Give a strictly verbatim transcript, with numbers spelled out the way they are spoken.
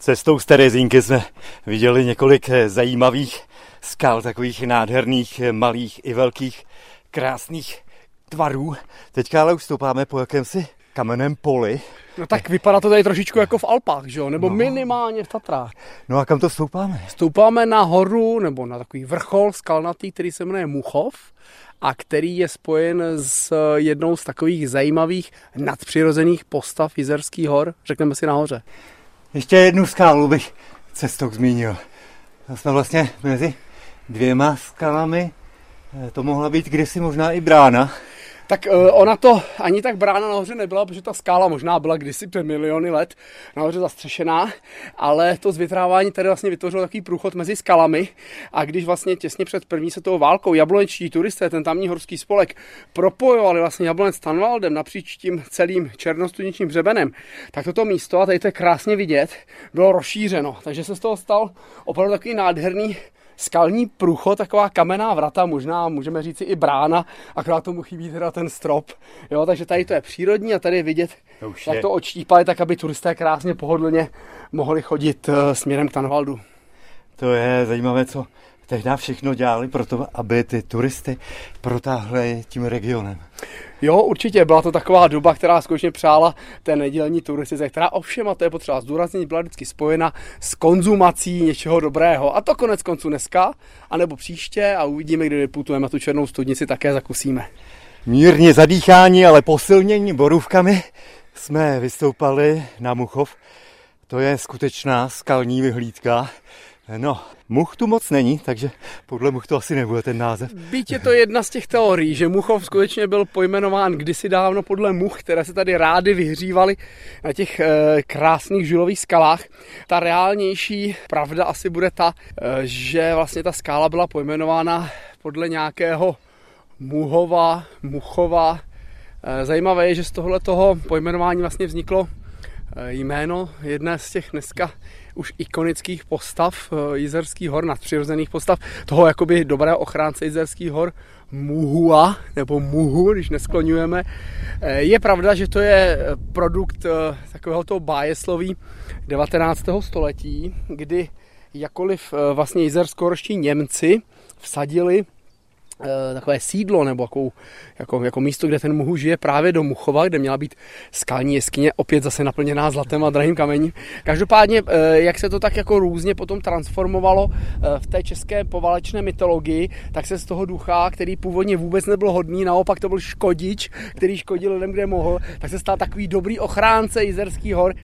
Cestou z Terezínky jsme viděli několik zajímavých skal, takových nádherných, malých i velkých, krásných tvarů. Teďka ale už stoupáme po jakémsi kamenném poli. No tak vypadá to tady trošičku jako v Alpách, že jo? Nebo no. minimálně v Tatrách. No a kam to stoupáme? Stoupáme na horu, nebo na takový vrchol skalnatý, který se jmenuje Muchov a který je spojen s jednou z takových zajímavých nadpřirozených postav Jizerských hor. Řekneme si nahoře. Ještě jednu skálu bych cestou zmínil. To jsme vlastně mezi dvěma skalami. To mohla být kdysi možná i brána. Tak ona to ani tak brána nahoře nebyla, protože ta skála možná byla kdysi před miliony let nahoře zastřešená, ale to zvětrávání tady vlastně vytvořilo takový průchod mezi skalami a když vlastně těsně před první světovou válkou jablonečtí turisté, ten tamní horský spolek, propojovali vlastně Jablonec s Tanvaldem napříč tím celým černostudničním hřebenem, tak toto místo, a tady to je krásně vidět, bylo rozšířeno, takže se z toho stal opravdu takový nádherný skalní průchod, taková kamenná vrata, možná můžeme říct i brána, akorát tomu chybí teda ten strop. Jo, takže tady to je přírodní a tady je vidět, to jak je. To odštípali, tak aby turisté krásně pohodlně mohli chodit směrem k Tanvaldu. To je zajímavé, co tehdy všechno dělali pro to, aby ty turisty protáhli tím regionem. Jo, určitě byla to taková doba, která skutečně přála té nedělní turistice, která ovšem, a to je potřeba zdůraznit, byla vždycky spojena s konzumací něčeho dobrého. A to konec konců dneska, anebo příště a uvidíme, kdy vyputujeme na tu černou studnici, také zakusíme. Mírně zadýchání, ale posilnění borůvkami jsme vystoupali na Muchov. To je skutečná skalní vyhlídka. No, Much tu moc není, takže podle Much to asi nebude ten název. Byť je to jedna z těch teorií, že Muchov skutečně byl pojmenován kdysi dávno podle much, které se tady rády vyhřívaly na těch e, krásných žulových skalách. Ta reálnější pravda asi bude ta, e, že vlastně ta skála byla pojmenována podle nějakého Muhova, Muchova. E, zajímavé je, že z tohoto pojmenování vlastně vzniklo jméno jedné z těch dneska už ikonických postav Jizerských hor, nadpřirozených postav, toho jakoby dobrého ochránce Jizerských hor, Muhua, nebo Muhu, když neskloňujeme. Je pravda, že to je produkt takového toho bájesloví devatenáctého století, kdy jakkoliv vlastně jizerskohorští Němci vsadili takové sídlo nebo jakou, jako, jako místo, kde ten Muhu žije právě do Muchova, kde měla být skalní jeskyně, opět zase naplněná zlatem a drahým kamením. Každopádně, jak se to tak jako různě potom transformovalo v té české poválečné mytologii, tak se z toho ducha, který původně vůbec nebyl hodný, naopak to byl škodič, který škodil lidem, kde mohl, tak se stal takový dobrý ochránce Jizerských hor,